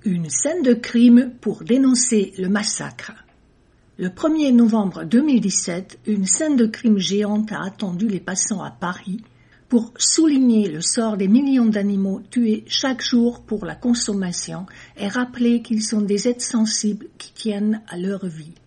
Une scène de crime pour dénoncer le massacre. Le 1er novembre 2017, une scène de crime géante a attendu les passants à Paris pour souligner le sort des millions d'animaux tués chaque jour pour la consommation et rappeler qu'ils sont des êtres sensibles qui tiennent à leur vie.